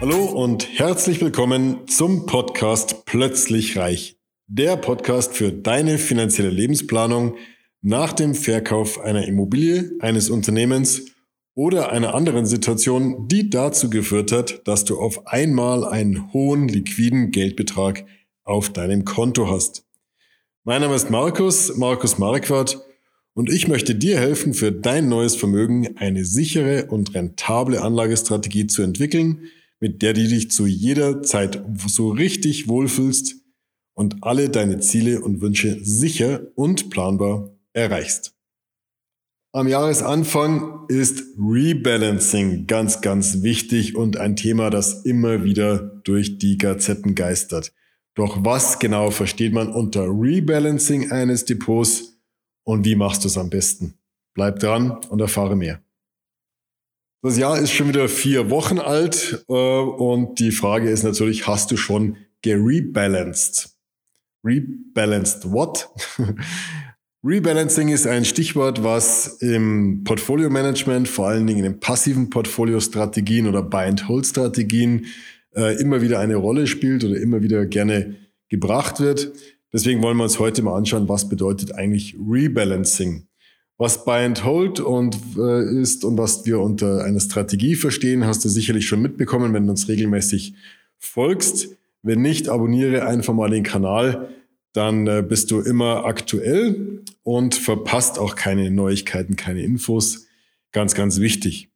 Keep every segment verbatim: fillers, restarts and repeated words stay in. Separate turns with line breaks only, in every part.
Hallo und herzlich willkommen zum Podcast Plötzlich Reich. Der Podcast für deine finanzielle Lebensplanung nach dem Verkauf einer Immobilie, eines Unternehmens oder einer anderen Situation, die dazu geführt hat, dass du auf einmal einen hohen liquiden Geldbetrag auf deinem Konto hast. Mein Name ist Markus, Markus Marquardt, und ich möchte dir helfen, für dein neues Vermögen eine sichere und rentable Anlagestrategie zu entwickeln, mit der du dich zu jeder Zeit so richtig wohlfühlst und alle deine Ziele und Wünsche sicher und planbar erreichst. Am Jahresanfang ist Rebalancing ganz, ganz wichtig und ein Thema, das immer wieder durch die Gazetten geistert. Doch was genau versteht man unter Rebalancing eines Depots und wie machst du es am besten? Bleib dran und erfahre mehr. Das Jahr ist schon wieder vier Wochen alt äh, und die Frage ist natürlich, hast du schon gerebalanced? Rebalanced what? Rebalancing ist ein Stichwort, was im Portfolio-Management, vor allen Dingen in passiven Portfolio-Strategien oder Buy-and-Hold-Strategien äh, immer wieder eine Rolle spielt oder immer wieder gerne gebracht wird. Deswegen wollen wir uns heute mal anschauen, was bedeutet eigentlich Rebalancing. Was Buy and Hold und, äh, ist und was wir unter einer Strategie verstehen, hast du sicherlich schon mitbekommen, wenn du uns regelmäßig folgst. Wenn nicht, abonniere einfach mal den Kanal, dann äh, bist du immer aktuell und verpasst auch keine Neuigkeiten, keine Infos. Ganz, ganz wichtig.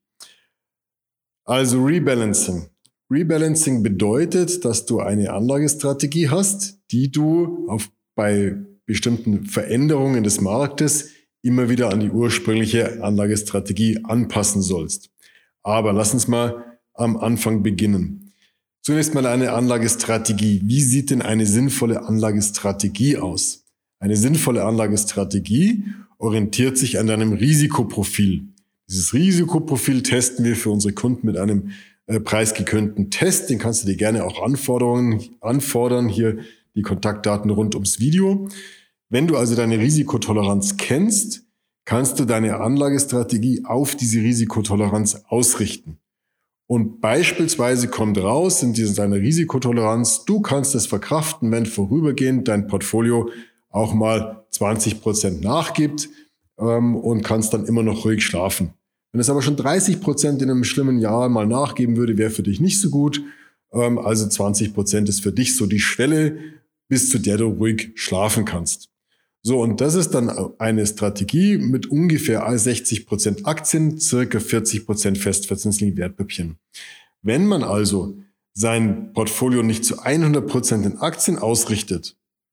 Also Rebalancing. Rebalancing bedeutet, dass du eine Anlagestrategie hast, die du auf, bei bestimmten Veränderungen des Marktes immer wieder an die ursprüngliche Anlagestrategie anpassen sollst. Aber lass uns mal am Anfang beginnen. Zunächst mal eine Anlagestrategie. Wie sieht denn eine sinnvolle Anlagestrategie aus? Eine sinnvolle Anlagestrategie orientiert sich an deinem Risikoprofil. Dieses Risikoprofil testen wir für unsere Kunden mit einem äh, preisgekündeten Test. Den kannst du dir gerne auch anfordern. anfordern. Hier die Kontaktdaten rund ums Video. Wenn du also deine Risikotoleranz kennst, kannst du deine Anlagestrategie auf diese Risikotoleranz ausrichten. Und beispielsweise kommt raus in deiner Risikotoleranz, du kannst es verkraften, wenn vorübergehend dein Portfolio auch mal zwanzig Prozent nachgibt ähm, und kannst dann immer noch ruhig schlafen. Wenn es aber schon dreißig Prozent in einem schlimmen Jahr mal nachgeben würde, wäre für dich nicht so gut. Ähm, also zwanzig Prozent ist für dich so die Schwelle, bis zu der du ruhig schlafen kannst. So, und das ist dann eine Strategie mit ungefähr sechzig Prozent Aktien, circa vierzig Prozent festverzinslichen Wertpapieren. Wenn man also sein Portfolio nicht zu hundert Prozent in Aktien ausrichtet,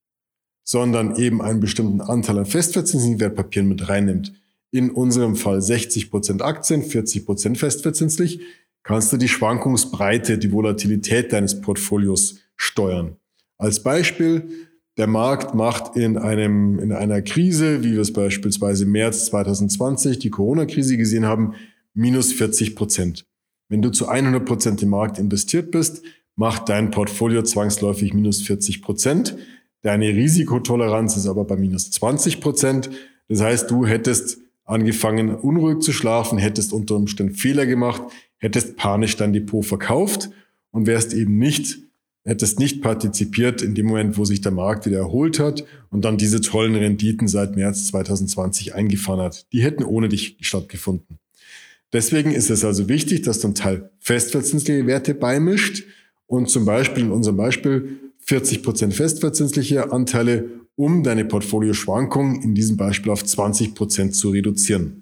sondern eben einen bestimmten Anteil an festverzinslichen Wertpapieren mit reinnimmt, in unserem Fall sechzig Prozent Aktien, vierzig Prozent festverzinslich, kannst du die Schwankungsbreite, die Volatilität deines Portfolios steuern. Als Beispiel: Der Markt macht in einem, in einer Krise, wie wir es beispielsweise im März zwanzig zwanzig, die Corona-Krise gesehen haben, minus vierzig Prozent. Wenn du zu hundert Prozent im Markt investiert bist, macht dein Portfolio zwangsläufig minus vierzig Prozent. Deine Risikotoleranz ist aber bei minus zwanzig Prozent. Das heißt, du hättest angefangen, unruhig zu schlafen, hättest unter Umständen Fehler gemacht, hättest panisch dein Depot verkauft und wärst eben nicht hättest nicht partizipiert in dem Moment, wo sich der Markt wieder erholt hat und dann diese tollen Renditen seit März zwanzig zwanzig eingefahren hat. Die hätten ohne dich stattgefunden. Deswegen ist es also wichtig, dass du einen Teil festverzinsliche Werte beimischt und zum Beispiel in unserem Beispiel vierzig Prozent festverzinsliche Anteile, um deine Portfolioschwankungen in diesem Beispiel auf zwanzig Prozent zu reduzieren.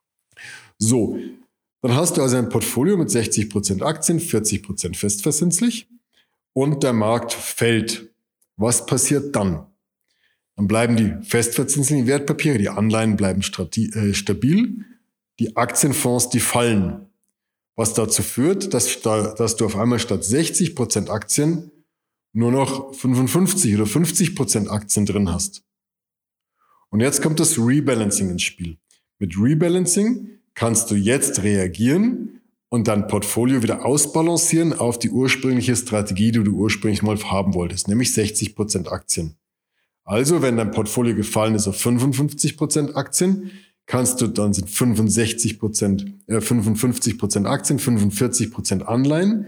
So, dann hast du also ein Portfolio mit sechzig Prozent Aktien, vierzig Prozent festverzinslich. Und der Markt fällt. Was passiert dann? Dann bleiben die festverzinslichen Wertpapiere, die Anleihen bleiben stabil, die Aktienfonds, die fallen. Was dazu führt, dass, dass du auf einmal statt sechzig Prozent Aktien nur noch fünfundfünfzig oder fünfzig Prozent Aktien drin hast. Und jetzt kommt das Rebalancing ins Spiel. Mit Rebalancing kannst du jetzt reagieren und dein Portfolio wieder ausbalancieren auf die ursprüngliche Strategie, die du ursprünglich mal haben wolltest, nämlich sechzig Prozent Aktien. Also, wenn dein Portfolio gefallen ist auf fünfundfünfzig Prozent Aktien, kannst du, dann sind fünfundsechzig Prozent, äh, fünfundfünfzig Prozent Aktien, fünfundvierzig Prozent Anleihen.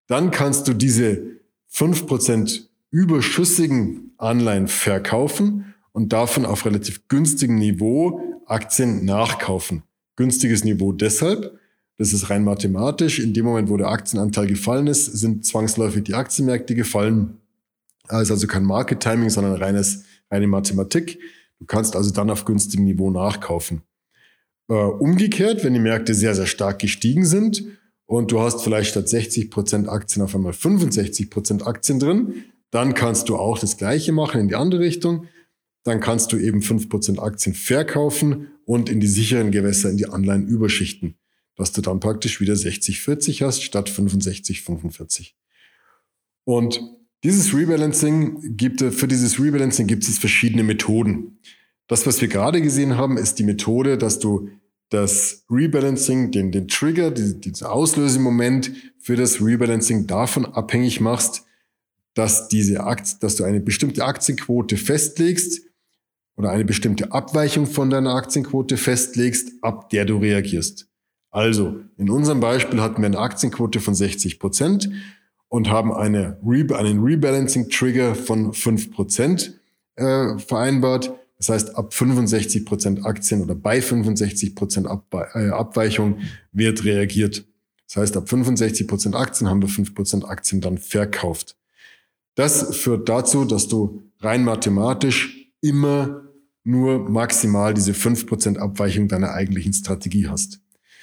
dann kannst du diese fünf Prozent überschüssigen Anleihen verkaufen und davon auf relativ günstigem Niveau Aktien nachkaufen. Günstiges Niveau deshalb, das ist rein mathematisch, in dem Moment, wo der Aktienanteil gefallen ist, sind zwangsläufig die Aktienmärkte gefallen. Das ist also kein Market Timing, sondern reines, reine Mathematik. Du kannst also dann auf günstigem Niveau nachkaufen. Äh, umgekehrt, wenn die Märkte sehr, sehr stark gestiegen sind und du hast vielleicht statt sechzig Prozent Aktien auf einmal fünfundsechzig Prozent Aktien drin, dann kannst du auch das Gleiche machen in die andere Richtung. Dann kannst du eben fünf Prozent Aktien verkaufen und in die sicheren Gewässer, in die Anleihen überschichten, dass du dann praktisch wieder sechzig vierzig hast statt fünfundsechzig fünfundvierzig. Und dieses Rebalancing gibt, für dieses Rebalancing gibt es verschiedene Methoden. Das, was wir gerade gesehen haben, ist die Methode, dass du das Rebalancing, den, den Trigger, die, diesen Auslösemoment für das Rebalancing davon abhängig machst, dass diese Aktie, dass du eine bestimmte Aktienquote festlegst oder eine bestimmte Abweichung von deiner Aktienquote festlegst, ab der du reagierst. Also, in unserem Beispiel hatten wir eine Aktienquote von sechzig Prozent und haben eine Re- einen Rebalancing-Trigger von fünf Prozent äh, vereinbart. Das heißt, ab fünfundsechzig Prozent Aktien oder bei fünfundsechzig Prozent Abwe- äh, Abweichung wird reagiert. Das heißt, ab fünfundsechzig Prozent Aktien haben wir fünf Prozent Aktien dann verkauft. Das führt dazu, dass du rein mathematisch immer nur maximal diese fünf Prozent Abweichung deiner eigentlichen Strategie hast.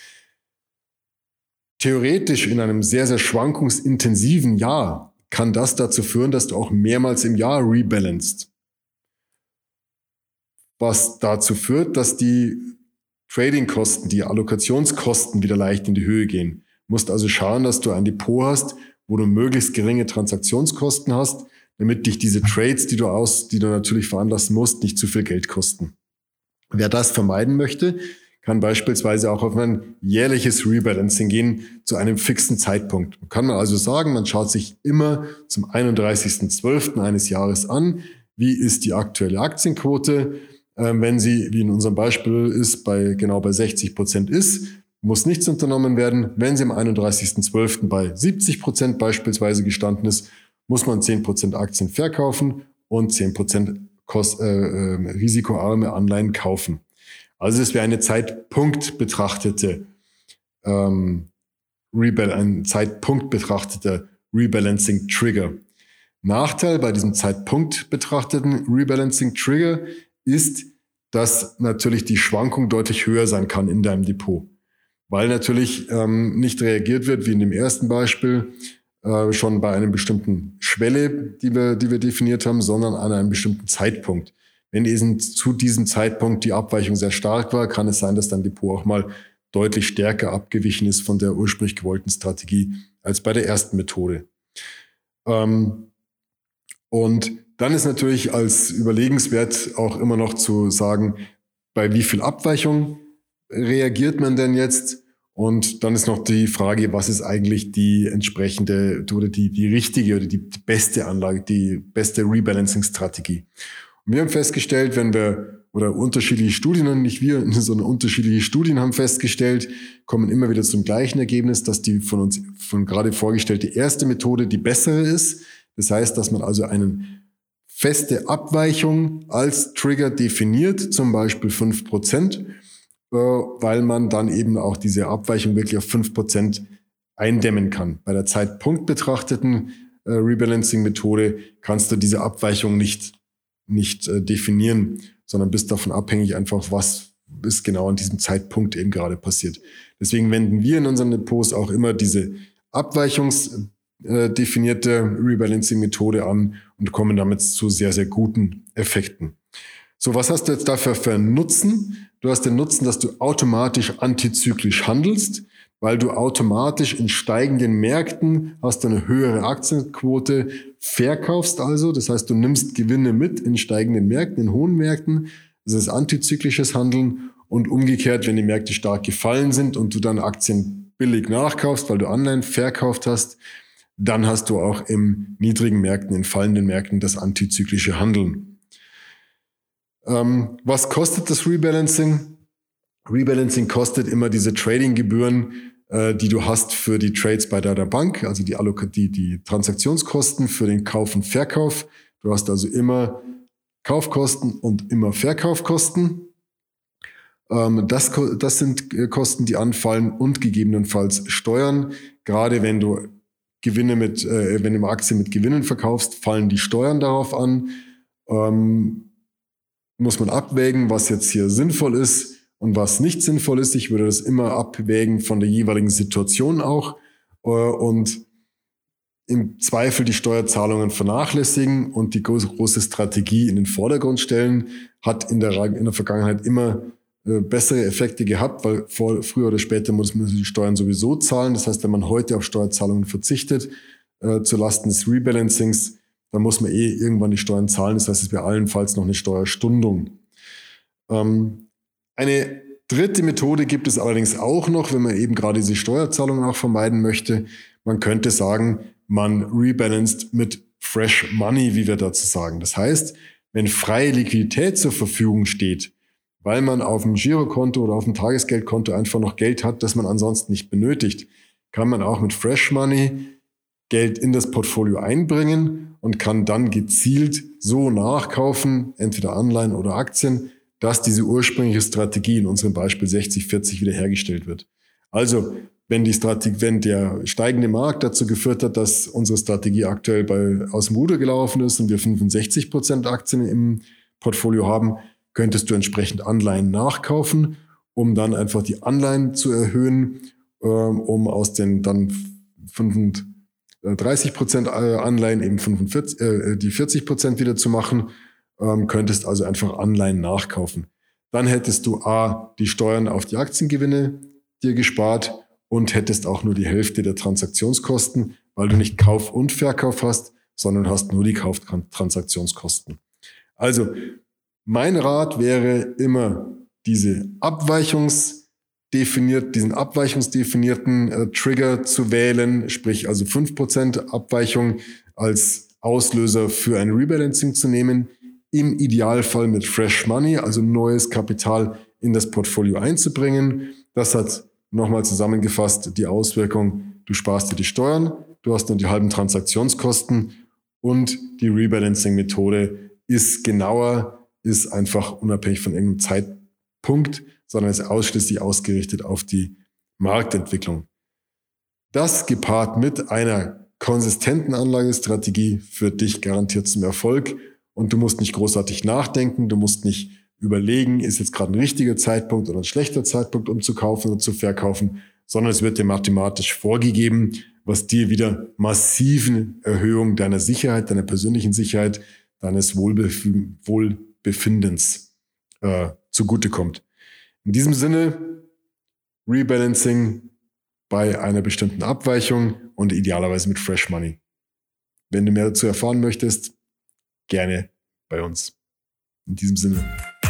Theoretisch in einem sehr, sehr schwankungsintensiven Jahr kann das dazu führen, dass du auch mehrmals im Jahr rebalanced. Was dazu führt, dass die Tradingkosten, die Allokationskosten wieder leicht in die Höhe gehen. Du musst also schauen, dass du ein Depot hast, wo du möglichst geringe Transaktionskosten hast, damit dich diese Trades, die du aus, die du natürlich veranlassen musst, nicht zu viel Geld kosten. Wer das vermeiden möchte, kann beispielsweise auch auf ein jährliches Rebalancing gehen zu einem fixen Zeitpunkt. Kann man also sagen, man schaut sich immer zum einunddreißigsten zwölften eines Jahres an, wie ist die aktuelle Aktienquote. Ähm, wenn sie, wie in unserem Beispiel ist, bei genau bei sechzig Prozent ist, muss nichts unternommen werden. Wenn sie am einunddreißigsten zwölften bei siebzig Prozent beispielsweise gestanden ist, muss man zehn Prozent Aktien verkaufen und zehn Prozent Kost, äh, äh, risikoarme Anleihen kaufen. Also es wäre eine Zeitpunkt betrachtete ähm, Rebal- ein Zeitpunkt betrachteter Rebalancing Trigger. Nachteil bei diesem Zeitpunkt betrachteten Rebalancing Trigger ist, dass natürlich die Schwankung deutlich höher sein kann in deinem Depot. Weil natürlich ähm, nicht reagiert wird, wie in dem ersten Beispiel, äh, schon bei einem bestimmten Schwelle, die wir, die wir definiert haben, sondern an einem bestimmten Zeitpunkt. Wenn eben zu diesem Zeitpunkt die Abweichung sehr stark war, kann es sein, dass dein Depot auch mal deutlich stärker abgewichen ist von der ursprünglich gewollten Strategie als bei der ersten Methode. Ähm, und dann ist natürlich als überlegenswert auch immer noch zu sagen, bei wie viel Abweichung reagiert man denn jetzt? Und dann ist noch die Frage, was ist eigentlich die entsprechende oder die, die richtige oder die beste Anlage, die beste Rebalancing-Strategie. Und wir haben festgestellt, wenn wir, oder unterschiedliche Studien, nicht wir, sondern unterschiedliche Studien haben festgestellt, kommen immer wieder zum gleichen Ergebnis, dass die von uns, von gerade vorgestellte erste Methode die bessere ist. Das heißt, dass man also eine feste Abweichung als Trigger definiert, zum Beispiel fünf Prozent, weil man dann eben auch diese Abweichung wirklich auf fünf Prozent eindämmen kann. Bei der Zeitpunkt betrachteten äh, Rebalancing-Methode kannst du diese Abweichung nicht, nicht äh, definieren, sondern bist davon abhängig einfach, was ist genau an diesem Zeitpunkt eben gerade passiert. Deswegen wenden wir in unseren Depots auch immer diese abweichungsdefinierte äh, Rebalancing-Methode an und kommen damit zu sehr, sehr guten Effekten. So, was hast du jetzt dafür für einen Nutzen? Du hast den Nutzen, dass du automatisch antizyklisch handelst, weil du automatisch in steigenden Märkten hast eine höhere Aktienquote, verkaufst also. Das heißt, du nimmst Gewinne mit in steigenden Märkten, in hohen Märkten. Das ist antizyklisches Handeln. Und umgekehrt, wenn die Märkte stark gefallen sind und du dann Aktien billig nachkaufst, weil du Anleihen verkauft hast, dann hast du auch in niedrigen Märkten, in fallenden Märkten das antizyklische Handeln. Ähm, was kostet das Rebalancing? Rebalancing kostet immer diese Tradinggebühren äh, die du hast für die Trades bei deiner Bank, also die, Allok- die, die Transaktionskosten für den Kauf und Verkauf. Du hast also immer Kaufkosten und immer Verkaufkosten. Ähm, das, das sind Kosten, die anfallen und gegebenenfalls Steuern. Gerade wenn du Gewinne mit, äh, wenn du Aktien mit Gewinnen verkaufst, fallen die Steuern darauf an. Ähm, muss man abwägen, was jetzt hier sinnvoll ist und was nicht sinnvoll ist. Ich würde das immer abwägen von der jeweiligen Situation auch äh, und im Zweifel die Steuerzahlungen vernachlässigen und die große, große Strategie in den Vordergrund stellen. Hat in der, in der Vergangenheit immer äh, bessere Effekte gehabt, weil vor, früher oder später muss man die Steuern sowieso zahlen. Das heißt, wenn man heute auf Steuerzahlungen verzichtet, äh, zulasten des Rebalancings, dann muss man eh irgendwann die Steuern zahlen. Das heißt, es wäre allenfalls noch eine Steuerstundung. Ähm, eine dritte Methode gibt es allerdings auch noch, wenn man eben gerade diese Steuerzahlungen auch vermeiden möchte. Man könnte sagen, man rebalanced mit Fresh Money, wie wir dazu sagen. Das heißt, wenn freie Liquidität zur Verfügung steht, weil man auf dem Girokonto oder auf dem Tagesgeldkonto einfach noch Geld hat, das man ansonsten nicht benötigt, kann man auch mit Fresh Money Geld in das Portfolio einbringen und kann dann gezielt so nachkaufen, entweder Anleihen oder Aktien, dass diese ursprüngliche Strategie, in unserem Beispiel sechzig vierzig, wiederhergestellt wird. Also, wenn die Strategie, wenn der steigende Markt dazu geführt hat, dass unsere Strategie aktuell bei, aus dem Ruder gelaufen ist und wir fünfundsechzig Prozent Aktien im Portfolio haben, könntest du entsprechend Anleihen nachkaufen, um dann einfach die Anleihen zu erhöhen, ähm, um aus den dann fünfunddreißig Prozent Anleihen eben fünfundvierzig, äh, die vierzig Prozent wieder zu machen, ähm, könntest also einfach Anleihen nachkaufen. Dann hättest du A, die Steuern auf die Aktiengewinne dir gespart und hättest auch nur die Hälfte der Transaktionskosten, weil du nicht Kauf und Verkauf hast, sondern hast nur die Kauftransaktionskosten. Also mein Rat wäre immer, diese abweichungsdefiniert, diesen abweichungsdefinierten äh, Trigger zu wählen, sprich also fünf Prozent Abweichung als Auslöser für ein Rebalancing zu nehmen, im Idealfall mit Fresh Money, also neues Kapital in das Portfolio einzubringen. Das hat nochmal zusammengefasst die Auswirkung, du sparst dir die Steuern, du hast nur die halben Transaktionskosten und die Rebalancing-Methode ist genauer, ist einfach unabhängig von irgendeinem Zeitpunkt, sondern ist ausschließlich ausgerichtet auf die Marktentwicklung. Das gepaart mit einer konsistenten Anlagestrategie führt dich garantiert zum Erfolg und du musst nicht großartig nachdenken, du musst nicht überlegen, ist jetzt gerade ein richtiger Zeitpunkt oder ein schlechter Zeitpunkt, um zu kaufen oder zu verkaufen, sondern es wird dir mathematisch vorgegeben, was dir wieder massiven Erhöhung deiner Sicherheit, deiner persönlichen Sicherheit, deines Wohlbef- Wohlbefindens äh, zugutekommt. In diesem Sinne, Rebalancing bei einer bestimmten Abweichung und idealerweise mit Fresh Money. Wenn du mehr dazu erfahren möchtest, gerne bei uns. In diesem Sinne.